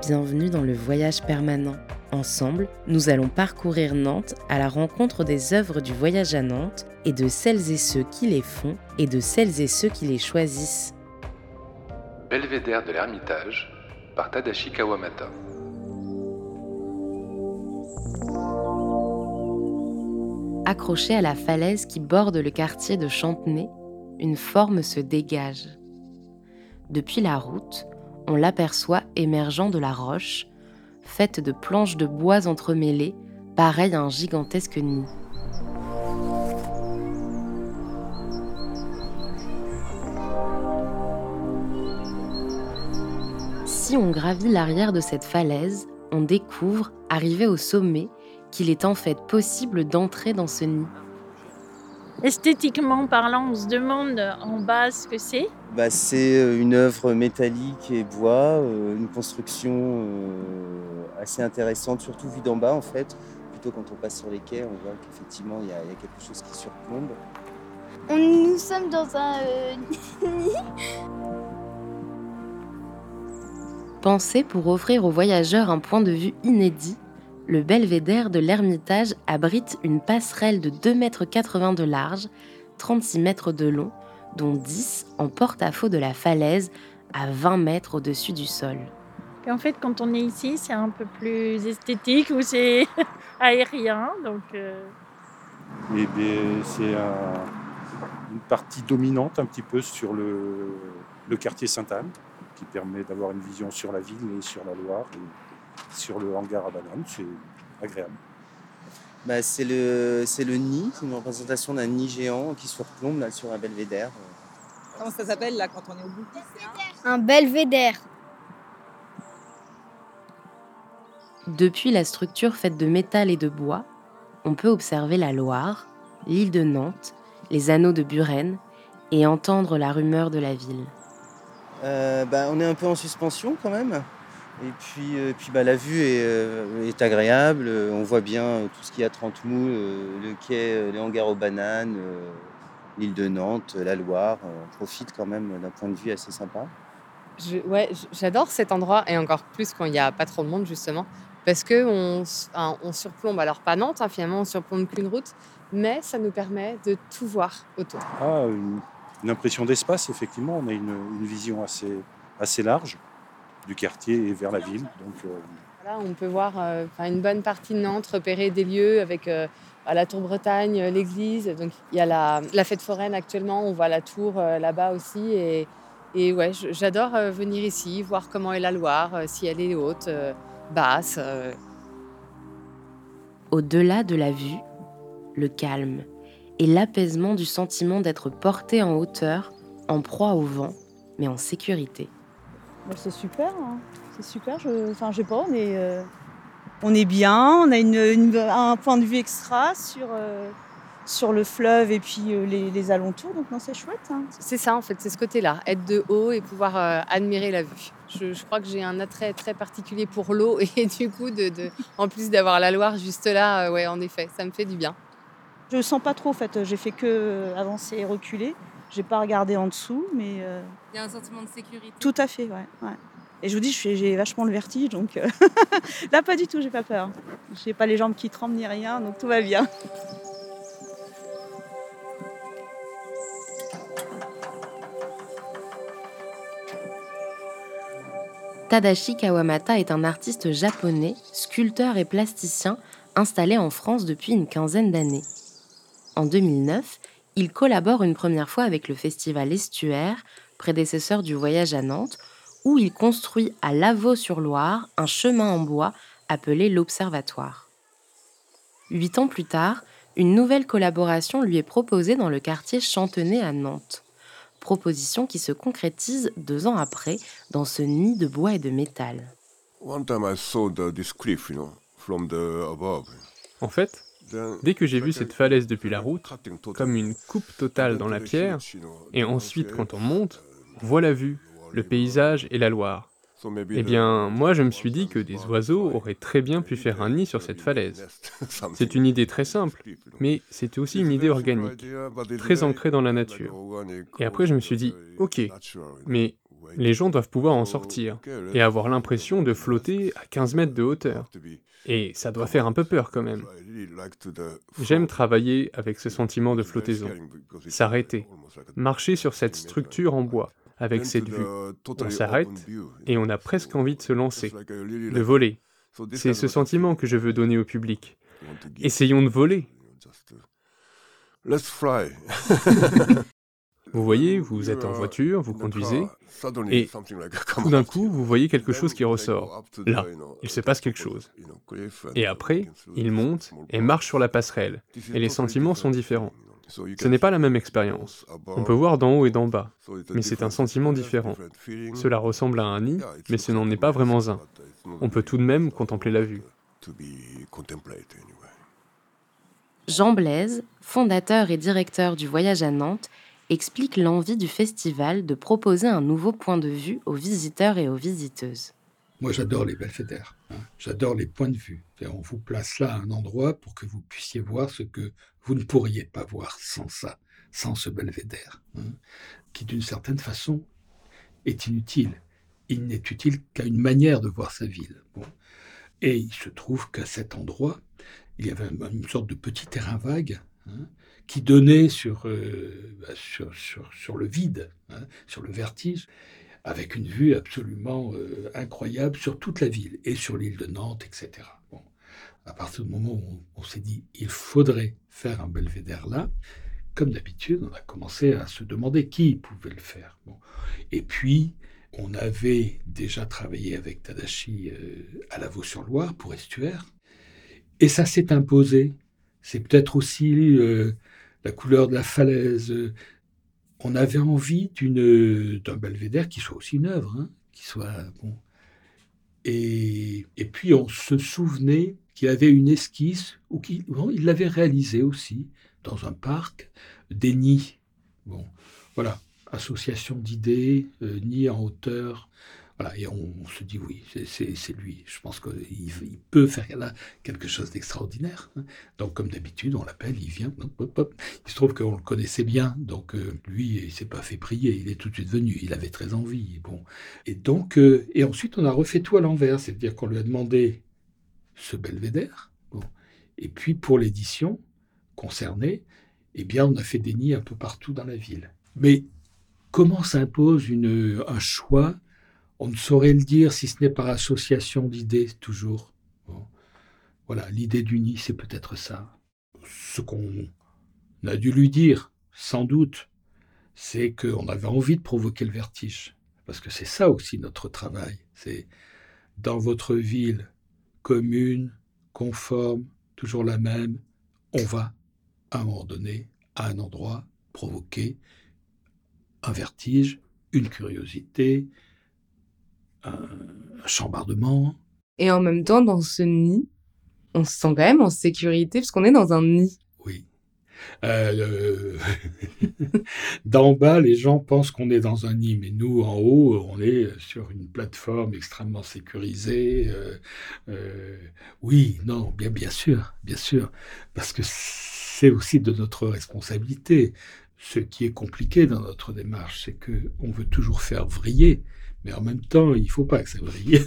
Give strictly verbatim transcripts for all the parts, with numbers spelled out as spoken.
bienvenue dans le voyage permanent. Ensemble, nous allons parcourir Nantes à la rencontre des œuvres du voyage à Nantes et de celles et ceux qui les font et de celles et ceux qui les choisissent. Belvédère de l'Ermitage par Tadashi Kawamata. Accroché à la falaise qui borde le quartier de Chantenay, une forme se dégage. Depuis la route, on l'aperçoit émergeant de la roche, faite de planches de bois entremêlées, pareil à un gigantesque nid. Si on gravit l'arrière de cette falaise, on découvre, arrivé au sommet, qu'il est en fait possible d'entrer dans ce nid. Esthétiquement parlant, on se demande en bas ce que c'est. Bah, c'est une œuvre métallique et bois, euh, une construction euh, assez intéressante, surtout vue d'en bas en fait. Plutôt quand on passe sur les quais, on voit qu'effectivement il y, y a quelque chose qui surplombe. On, nous sommes dans un euh, nid. Pensé pour offrir aux voyageurs un point de vue inédit, le belvédère de l'Ermitage abrite une passerelle de deux mètres quatre-vingts de large, trente-six mètres de long, dont dix en porte-à-faux de la falaise à vingt mètres au-dessus du sol. Et en fait, quand on est ici, c'est un peu plus esthétique ou c'est aérien. Donc euh... Et bien, c'est un, une partie dominante un petit peu sur le, le quartier Sainte-Anne, qui permet d'avoir une vision sur la ville et sur la Loire. Et sur le hangar à bananes, c'est agréable. Bah, c'est, le, c'est le nid, c'est une représentation d'un nid géant qui surplombe là, sur un belvédère. Comment ça s'appelle là quand on est au bout ? Un belvédère. Depuis la structure faite de métal et de bois, on peut observer la Loire, l'île de Nantes, les anneaux de Buren et entendre la rumeur de la ville. Euh, bah, on est un peu en suspension quand même. Et puis, euh, puis bah, la vue est, euh, est agréable, on voit bien euh, tout ce qu'il y a trente moules, euh, le quai, euh, les hangars aux bananes, euh, l'île de Nantes, la Loire. Euh, on profite quand même d'un point de vue assez sympa. Je, ouais, j'adore cet endroit et encore plus quand il n'y a pas trop de monde justement, parce qu'on on surplombe, alors pas Nantes, hein, finalement on surplombe qu'une route, mais ça nous permet de tout voir autour. Ah, une, une impression d'espace, effectivement, on a une, une vision assez, assez large du quartier et vers la ville. Donc, euh... voilà, on peut voir euh, une bonne partie de Nantes, repérer des lieux avec euh, la Tour Bretagne, l'église. Donc il y a la, la fête foraine actuellement, on voit la tour euh, là-bas aussi. Et, et ouais, j'adore euh, venir ici, voir comment est la Loire, euh, si elle est haute, euh, basse. Euh. Au-delà de la vue, le calme et l'apaisement du sentiment d'être porté en hauteur, en proie au vent, mais en sécurité. C'est super, hein. c'est super. Je, enfin, je sais pas, on est, euh, on est bien, on a une, une, un point de vue extra sur, euh, sur le fleuve et puis euh, les, les alentours. Donc non, c'est chouette. Hein. C'est ça en fait, c'est ce côté-là, être de haut et pouvoir euh, admirer la vue. Je, je crois que j'ai un attrait très particulier pour l'eau et du coup, de, de, en plus d'avoir la Loire juste là, euh, ouais, en effet, ça me fait du bien. Je le sens pas trop en fait. J'ai fait que avancer et reculer. J'ai pas regardé en dessous, mais... Euh... Il y a un sentiment de sécurité. Tout à fait, ouais. ouais. Et je vous dis, je fais, j'ai vachement le vertige, donc... Euh... Là, pas du tout, j'ai pas peur. J'ai pas les jambes qui tremblent ni rien, donc tout va bien. Tadashi Kawamata est un artiste japonais, sculpteur et plasticien installé en France depuis une quinzaine d'années. En deux mille neuf, il collabore une première fois avec le festival Estuaire, prédécesseur du voyage à Nantes, où il construit à Lavaux-sur-Loire un chemin en bois appelé l'Observatoire. Huit ans plus tard, une nouvelle collaboration lui est proposée dans le quartier Chantenay à Nantes. Proposition qui se concrétise deux ans après dans ce nid de bois et de métal. One time I saw the, this cliff, you know, from the above. En fait, dès que j'ai vu cette falaise depuis la route, comme une coupe totale dans la pierre, et ensuite quand on monte, on voit la vue, le paysage et la Loire. Eh bien, moi je me suis dit que des oiseaux auraient très bien pu faire un nid sur cette falaise. C'est une idée très simple, mais c'était aussi une idée organique, très ancrée dans la nature. Et après je me suis dit, ok, mais Les gens doivent pouvoir en sortir et avoir l'impression de flotter à quinze mètres de hauteur. Et ça doit faire un peu peur quand même. J'aime travailler avec ce sentiment de flottaison. S'arrêter, marcher sur cette structure en bois, avec cette vue. On s'arrête et on a presque envie de se lancer, de voler. C'est ce sentiment que je veux donner au public. Essayons de voler. Let's fly. Vous voyez, vous êtes en voiture, vous conduisez, et tout d'un coup, vous voyez quelque chose qui ressort. Là, il se passe quelque chose. Et après, il monte et marche sur la passerelle, et les sentiments sont différents. Ce n'est pas la même expérience. On peut voir d'en haut et d'en bas, mais c'est un sentiment différent. Cela ressemble à un nid, mais ce n'en est pas vraiment un. On peut tout de même contempler la vue. Jean Blaise, fondateur et directeur du Voyage à Nantes, explique l'envie du festival de proposer un nouveau point de vue aux visiteurs et aux visiteuses. Moi, j'adore les belvédères. Hein. J'adore les points de vue. On vous place là à un endroit pour que vous puissiez voir ce que vous ne pourriez pas voir sans ça, sans ce belvédère, hein, qui d'une certaine façon est inutile. Il n'est utile qu'à une manière de voir sa ville. Bon. Et il se trouve qu'à cet endroit, il y avait une sorte de petit terrain vague, hein, qui donnait sur, euh, sur, sur, sur le vide, hein, sur le vertige, avec une vue absolument euh, incroyable sur toute la ville et sur l'île de Nantes, et cetera. Bon. À partir du moment où on, on s'est dit il faudrait faire un belvédère là, comme d'habitude, on a commencé à se demander qui pouvait le faire. Bon. Et puis, on avait déjà travaillé avec Tadashi euh, à la Vaux-sur-Loire pour Estuaire, et ça s'est imposé. C'est peut-être aussi euh, la couleur de la falaise. On avait envie d'une, d'un belvédère qui soit aussi une œuvre, hein, qui soit bon. Et, et puis on se souvenait qu'il avait une esquisse, ou qu'il bon, il l'avait réalisée aussi dans un parc, des nids. Bon, voilà, association d'idées, euh, nids en hauteur. Voilà, et on, on se dit oui, c'est, c'est, c'est lui. Je pense qu'il il peut faire là quelque chose d'extraordinaire. Hein. Donc, comme d'habitude, on l'appelle, il vient. Hop, hop, hop. Il se trouve qu'on le connaissait bien. Donc, euh, lui, il ne s'est pas fait prier. Il est tout de suite venu. Il avait très envie. Bon. Et donc, euh, et ensuite, on a refait tout à l'envers. C'est-à-dire qu'on lui a demandé ce belvédère. Bon. Et puis, pour l'édition concernée, eh bien, on a fait des nids un peu partout dans la ville. Mais comment s'impose une, un choix ? On ne saurait le dire si ce n'est par association d'idées, toujours. Bon. Voilà, l'idée du nid, c'est peut-être ça. Ce qu'on a dû lui dire, sans doute, c'est qu'on avait envie de provoquer le vertige. Parce que c'est ça aussi notre travail. C'est dans votre ville commune, conforme, toujours la même, on va, à un moment donné, à un endroit, provoquer un vertige, une curiosité, un chambardement. Et en même temps, dans ce nid, on se sent quand même en sécurité, parce qu'on est dans un nid. Oui. Euh, D'en bas, les gens pensent qu'on est dans un nid, mais nous, en haut, on est sur une plateforme extrêmement sécurisée. Euh, euh, oui, non, bien, bien sûr, bien sûr, parce que c'est aussi de notre responsabilité. Ce qui est compliqué dans notre démarche, c'est qu'on veut toujours faire vriller. Mais en même temps, il ne faut pas que ça vrille.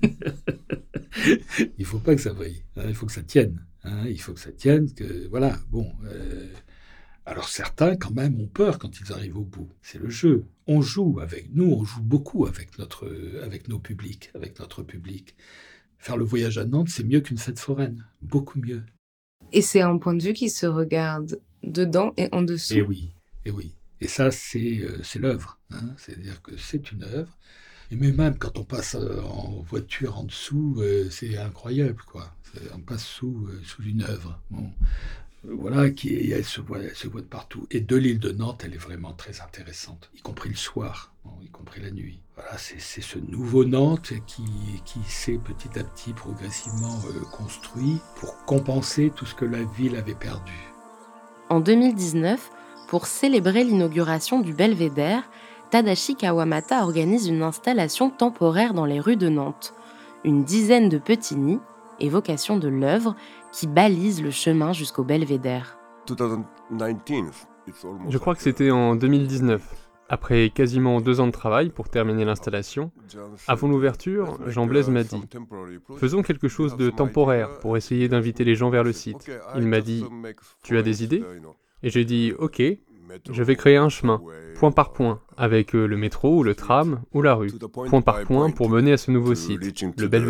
Il ne faut pas que ça vrille. Hein, il faut que ça tienne. Hein, il faut que ça tienne. Que, voilà, bon. Euh, alors certains, quand même, ont peur quand ils arrivent au bout. C'est le jeu. On joue avec nous, on joue beaucoup avec, notre, avec nos publics, avec notre public. Faire le voyage à Nantes, c'est mieux qu'une fête foraine. Beaucoup mieux. Et c'est un point de vue qui se regarde dedans et en dessous. Et oui, et oui. Et ça, c'est, euh, c'est l'œuvre. Hein. C'est-à-dire que c'est une œuvre. Et mais même quand on passe en voiture en dessous, euh, c'est incroyable, quoi. C'est, on passe sous, euh, sous une œuvre. Bon. Euh, voilà, qui, et elle se voit, elle se voit de partout. Et de l'île de Nantes, elle est vraiment très intéressante, y compris le soir, bon, y compris la nuit. Voilà, c'est, c'est ce nouveau Nantes qui, qui s'est petit à petit, progressivement euh, construit pour compenser tout ce que la ville avait perdu. En deux mille dix-neuf, pour célébrer l'inauguration du belvédère, Tadashi Kawamata organise une installation temporaire dans les rues de Nantes. Une dizaine de petits nids, évocation de l'œuvre, qui balisent le chemin jusqu'au belvédère. Je crois que c'était en deux mille dix-neuf. Après quasiment deux ans de travail pour terminer l'installation, avant l'ouverture, Jean Blaise m'a dit « Faisons quelque chose de temporaire pour essayer d'inviter les gens vers le site. » Il m'a dit « Tu as des idées ?» Et j'ai dit « Ok, je vais créer un chemin, point par point, avec le métro ou le tram ou la rue, point par point pour mener à ce nouveau site, le Belvédère. »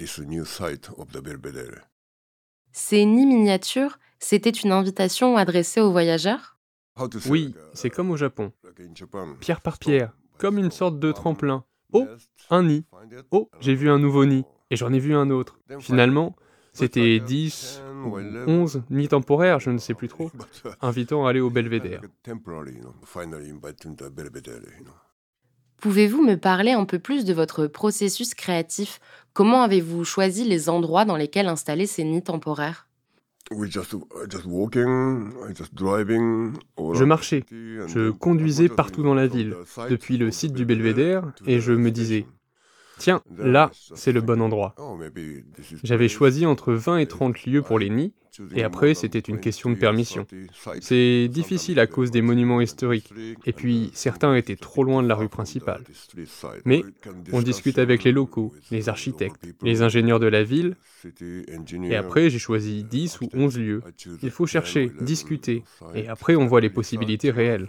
Ces nids miniatures, c'était une invitation adressée aux voyageurs ? Oui, c'est comme au Japon. Pierre par pierre, comme une sorte de tremplin. Oh, un nid. Oh, j'ai vu un nouveau nid. Et j'en ai vu un autre. Finalement, c'était dix ou onze nids temporaires, je ne sais plus trop, invitant à aller au Belvédère. Pouvez-vous me parler un peu plus de votre processus créatif ? Comment avez-vous choisi les endroits dans lesquels installer ces nids temporaires ? Je marchais, je conduisais partout dans la ville, depuis le site du Belvédère, et je me disais « Tiens, là, c'est le bon endroit ». J'avais choisi entre vingt et trente lieux pour les nids, et après, c'était une question de permission. C'est difficile à cause des monuments historiques, et puis certains étaient trop loin de la rue principale. Mais on discute avec les locaux, les architectes, les ingénieurs de la ville, et après, j'ai choisi dix ou onze lieux. Il faut chercher, discuter, et après, on voit les possibilités réelles.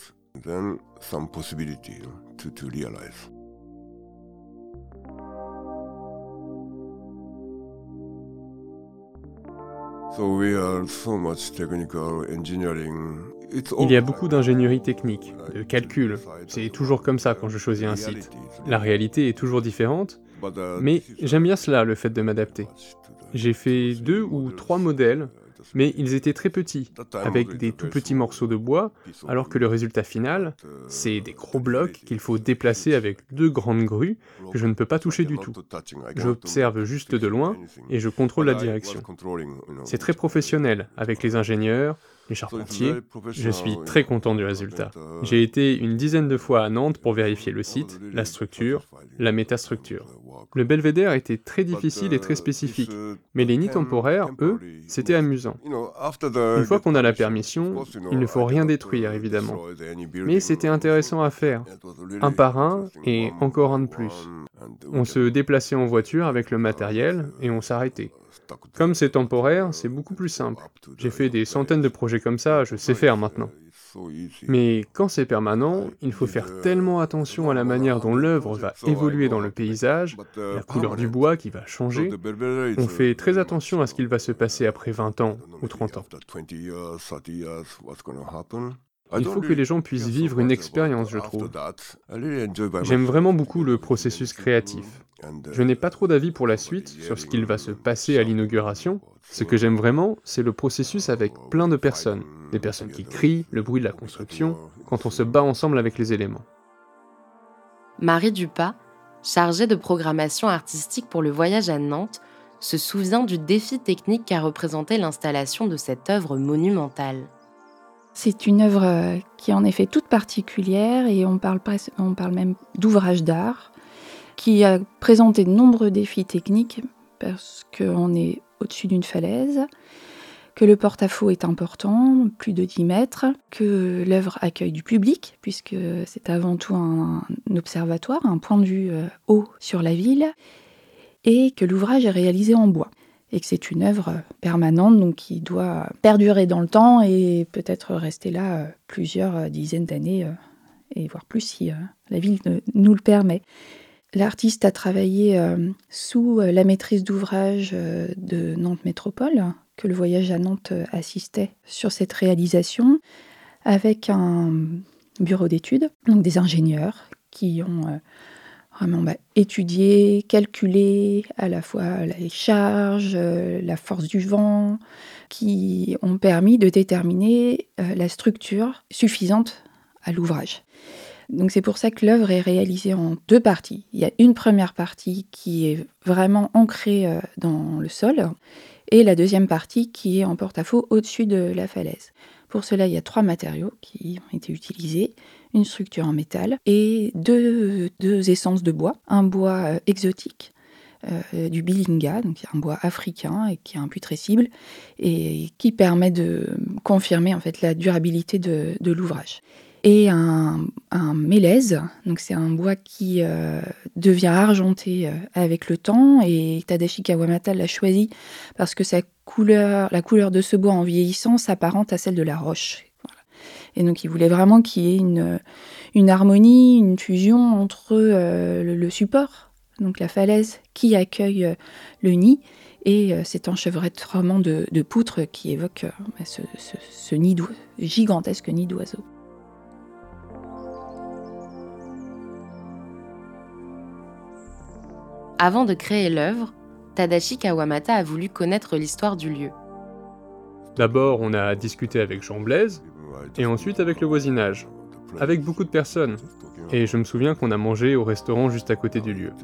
Il y a beaucoup d'ingénierie technique, de calcul. C'est toujours comme ça quand je choisis un site. La réalité est toujours différente, mais j'aime bien cela, le fait de m'adapter. J'ai fait deux ou trois modèles, mais ils étaient très petits, avec des tout petits morceaux de bois, alors que le résultat final, c'est des gros blocs qu'il faut déplacer avec deux grandes grues que je ne peux pas toucher du tout. J'observe juste de loin et je contrôle la direction. C'est très professionnel, avec les ingénieurs, les charpentiers. Je suis très content du résultat. J'ai été une dizaine de fois à Nantes pour vérifier le site, la structure, la métastructure. Le Belvédère était très difficile et très spécifique, mais les nids temporaires, eux, c'était amusant. Une fois qu'on a la permission, il ne faut rien détruire, évidemment. Mais c'était intéressant à faire, un par un et encore un de plus. On se déplaçait en voiture avec le matériel et on s'arrêtait. Comme c'est temporaire, c'est beaucoup plus simple. J'ai fait des centaines de projets comme ça, je sais faire maintenant. Mais quand c'est permanent, il faut faire tellement attention à la manière dont l'œuvre va évoluer dans le paysage, la couleur du bois qui va changer. On fait très attention à ce qu'il va se passer après vingt ans ou trente ans. Il faut que les gens puissent vivre une expérience, je trouve. J'aime vraiment beaucoup le processus créatif. Je n'ai pas trop d'avis pour la suite sur ce qu'il va se passer à l'inauguration. Ce que j'aime vraiment, c'est le processus avec plein de personnes. Des personnes qui crient, le bruit de la construction, quand on se bat ensemble avec les éléments. Marie Dupas, chargée de programmation artistique pour le voyage à Nantes, se souvient du défi technique qu'a représenté l'installation de cette œuvre monumentale. C'est une œuvre qui est en effet toute particulière et on parle, presque, on parle même d'ouvrage d'art qui a présenté de nombreux défis techniques parce qu'on est au-dessus d'une falaise, que le porte-à-faux est important, plus de dix mètres, que l'œuvre accueille du public puisque c'est avant tout un, un observatoire, un point de vue euh, haut sur la ville et que l'ouvrage est réalisé en bois. Et que c'est une œuvre permanente, donc qui doit perdurer dans le temps et peut-être rester là plusieurs dizaines d'années, et voire plus si la ville nous le permet. L'artiste a travaillé sous la maîtrise d'ouvrage de Nantes Métropole, que le voyage à Nantes assistait sur cette réalisation, avec un bureau d'études, donc des ingénieurs qui ont vraiment bah, étudier, calculer à la fois les charges, euh, la force du vent, qui ont permis de déterminer euh, la structure suffisante à l'ouvrage. Donc c'est pour ça que l'œuvre est réalisée en deux parties. Il y a une première partie qui est vraiment ancrée euh, dans le sol, et la deuxième partie qui est en porte-à-faux au-dessus de la falaise. Pour cela, il y a trois matériaux qui ont été utilisés, une structure en métal et deux, deux essences de bois. Un bois euh, exotique, euh, du bilinga, donc un bois africain et qui est imputrescible et qui permet de confirmer en fait la durabilité de, de l'ouvrage. et un, un mélèze. Donc c'est un bois qui euh, devient argenté euh, avec le temps, et Tadashi Kawamata l'a choisi parce que sa couleur, la couleur de ce bois en vieillissant s'apparente à celle de la roche. Voilà. Et donc il voulait vraiment qu'il y ait une, une harmonie, une fusion entre euh, le, le support, donc la falaise qui accueille euh, le nid, et euh, cet enchevêtrement de, de poutres qui évoque euh, ce, ce, ce nid gigantesque nid d'oiseau. Avant de créer l'œuvre, Tadashi Kawamata a voulu connaître l'histoire du lieu. D'abord, on a discuté avec Jean Blaise, et ensuite avec le voisinage, avec beaucoup de personnes. Et je me souviens qu'on a mangé au restaurant juste à côté du lieu.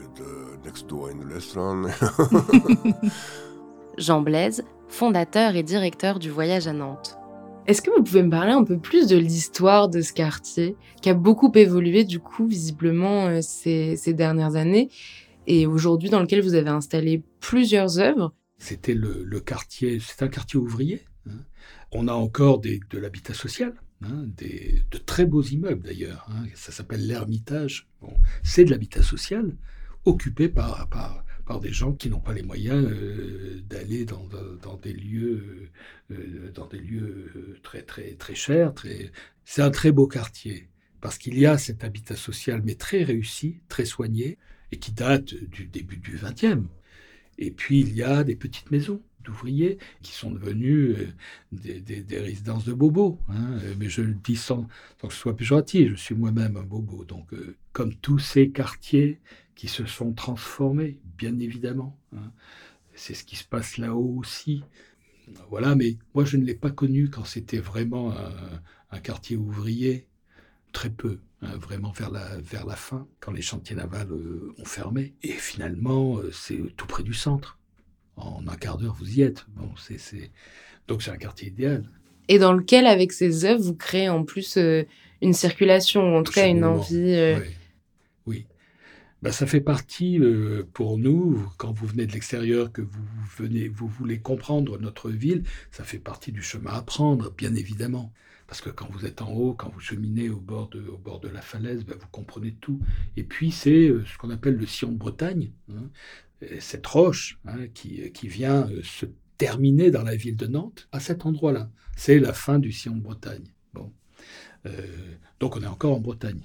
Jean Blaise, fondateur et directeur du Voyage à Nantes. Est-ce que vous pouvez me parler un peu plus de l'histoire de ce quartier, qui a beaucoup évolué du coup visiblement euh, ces, ces dernières années, et aujourd'hui dans lequel vous avez installé plusieurs œuvres? C'était le, le quartier, c'est un quartier ouvrier. Hein. On a encore des, de l'habitat social, hein, des, de très beaux immeubles d'ailleurs. Hein. Ça s'appelle l'Ermitage. Bon, c'est de l'habitat social occupé par, par, par des gens qui n'ont pas les moyens euh, d'aller dans, dans des lieux, euh, dans des lieux très, très, très chers. Très... C'est un très beau quartier parce qu'il y a cet habitat social, mais très réussi, très soigné, et qui date du début du vingtième. Et puis, il y a des petites maisons d'ouvriers qui sont devenues euh, des, des, des résidences de bobos. Hein. Mais je le dis sans, sans que ce soit péjoratif, je suis moi-même un bobo. Donc, euh, comme tous ces quartiers qui se sont transformés, bien évidemment. Hein. C'est ce qui se passe là-haut aussi. Voilà, mais moi, je ne l'ai pas connu quand c'était vraiment un, un quartier ouvrier. Très peu, hein, vraiment vers la, vers la fin, quand les chantiers navals euh, ont fermé. Et finalement, euh, c'est tout près du centre. En un quart d'heure, vous y êtes. Bon, c'est, c'est... Donc c'est un quartier idéal. Et dans lequel, avec ces œuvres, vous créez en plus euh, une circulation, ou en tout cas une envie... Euh... Oui, oui. Ben, ça fait partie, euh, pour nous, quand vous venez de l'extérieur, que vous, venez, vous voulez comprendre notre ville, ça fait partie du chemin à prendre, bien évidemment. Parce que quand vous êtes en haut, quand vous cheminez au bord de, au bord de la falaise, ben vous comprenez tout. Et puis, c'est ce qu'on appelle le sillon de Bretagne, hein, cette roche hein, qui, qui vient se terminer dans la ville de Nantes, à cet endroit-là. C'est la fin du sillon de Bretagne. Bon. Euh, donc, on est encore en Bretagne.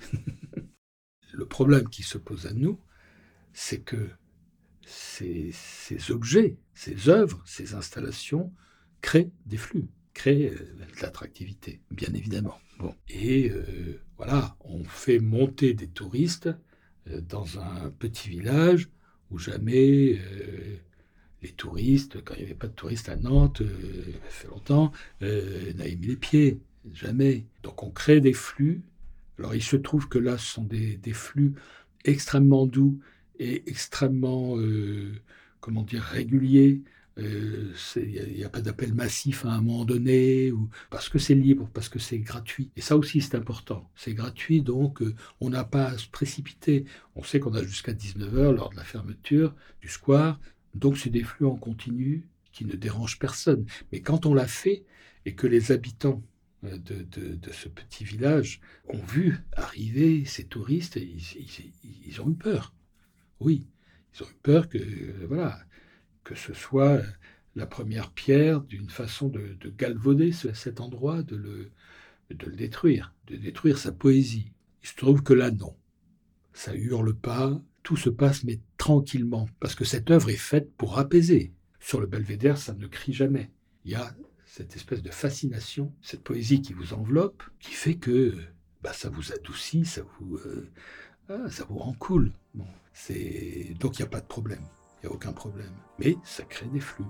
Le problème qui se pose à nous, c'est que ces, ces objets, ces œuvres, ces installations créent des flux. Créer de l'attractivité, bien évidemment. Bon. Et euh, voilà, on fait monter des touristes euh, dans un petit village où jamais euh, les touristes, quand il n'y avait pas de touristes à Nantes, euh, il fait longtemps, euh, n'avaient mis les pieds. Jamais. Donc on crée des flux. Alors il se trouve que là, ce sont des, des flux extrêmement doux et extrêmement, euh, comment dire, réguliers. Il n'y a, a pas d'appel massif à un moment donné, ou, parce que c'est libre, parce que c'est gratuit. Et ça aussi, c'est important. C'est gratuit, donc euh, on n'a pas à se précipiter. On sait qu'on a jusqu'à dix-neuf heures lors de la fermeture du square, donc c'est des flux en continu qui ne dérangent personne. Mais quand on l'a fait, et que les habitants de, de, de ce petit village ont vu arriver ces touristes, ils, ils, ils ont eu peur. Oui, ils ont eu peur que... Euh, voilà... que ce soit la première pierre d'une façon de, de galvauder cet endroit, de le, de le détruire, de détruire sa poésie. Il se trouve que là, non. Ça hurle pas, tout se passe, mais tranquillement, parce que cette œuvre est faite pour apaiser. Sur le belvédère, ça ne crie jamais. Il y a cette espèce de fascination, cette poésie qui vous enveloppe, qui fait que bah, ça vous adoucit, ça vous, euh, ah, ça vous rend cool. Bon, c'est... Donc il n'y a pas de problème. Il n'y a aucun problème. Mais ça crée des flux.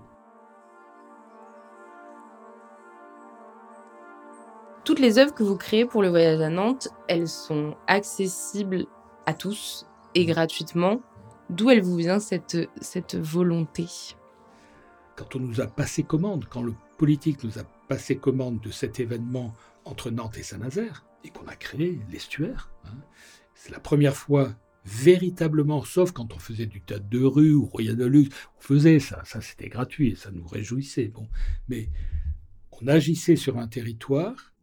Toutes les œuvres que vous créez pour le Voyage à Nantes, elles sont accessibles à tous et gratuitement. D'où elle vous vient cette, cette volonté ? Quand on nous a passé commande, quand le politique nous a passé commande de cet événement entre Nantes et Saint-Nazaire, et qu'on a créé l'estuaire, hein, c'est la première fois véritablement, sauf quand on faisait du théâtre de rue ou Royal de Luxe, on faisait ça, ça c'était gratuit et ça nous réjouissait. Bon. Mais on agissait sur un territoire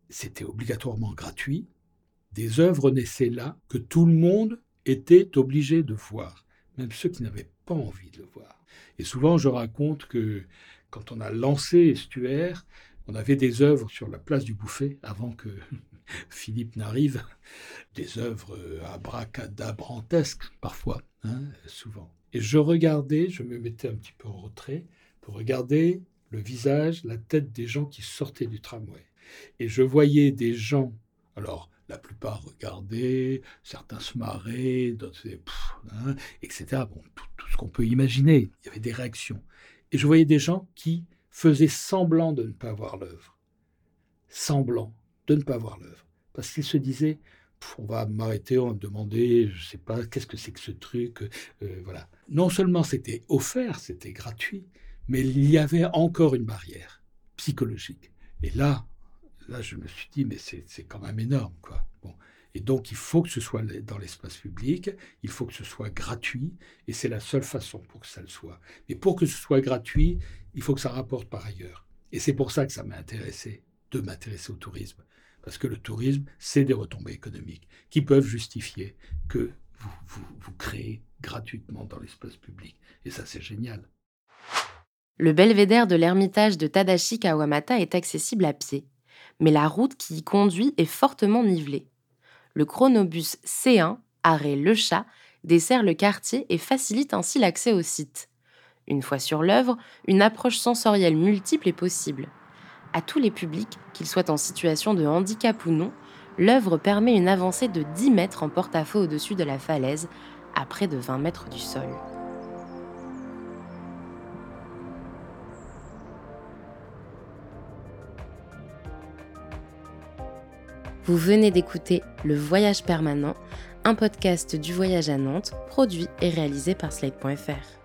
c'était obligatoirement gratuit. Des œuvres naissaient là que tout le monde était obligé de voir, même ceux qui n'avaient pas envie de le voir. Et souvent, je raconte que quand on a lancé Estuaire, on avait des œuvres sur la place du Bouffay, avant que Philippe n'arrive, des œuvres abracadabrantesques, parfois, hein, souvent. Et je regardais, je me mettais un petit peu en retrait, pour regarder le visage, la tête des gens qui sortaient du tramway. Et je voyais des gens, alors la plupart regardaient, certains se marraient, d'autres, pff, hein, et cetera. Bon, tout, tout ce qu'on peut imaginer, il y avait des réactions. Et je voyais des gens qui faisaient semblant de ne pas voir l'œuvre. Semblant de ne pas voir l'œuvre. Parce qu'ils se disaient, on va m'arrêter, on va me demander, je ne sais pas, qu'est-ce que c'est que ce truc, euh, voilà. Non seulement c'était offert, c'était gratuit, mais il y avait encore une barrière psychologique. Et là, là je me suis dit, mais c'est, c'est quand même énorme, quoi. Bon. Et donc, il faut que ce soit dans l'espace public, il faut que ce soit gratuit, et c'est la seule façon pour que ça le soit. Mais pour que ce soit gratuit, il faut que ça rapporte par ailleurs. Et c'est pour ça que ça m'a intéressé, de m'intéresser au tourisme. Parce que le tourisme, c'est des retombées économiques qui peuvent justifier que vous, vous, vous créez gratuitement dans l'espace public. Et ça, c'est génial. Le belvédère de l'Ermitage de Tadashi Kawamata est accessible à pied, mais la route qui y conduit est fortement nivelée. Le chronobus C un, arrêt Le Chat, dessert le quartier et facilite ainsi l'accès au site. Une fois sur l'œuvre, une approche sensorielle multiple est possible. À tous les publics, qu'ils soient en situation de handicap ou non, l'œuvre permet une avancée de dix mètres en porte-à-faux au-dessus de la falaise, à près de vingt mètres du sol. Vous venez d'écouter Le Voyage permanent, un podcast du Voyage à Nantes, produit et réalisé par Slate point F R.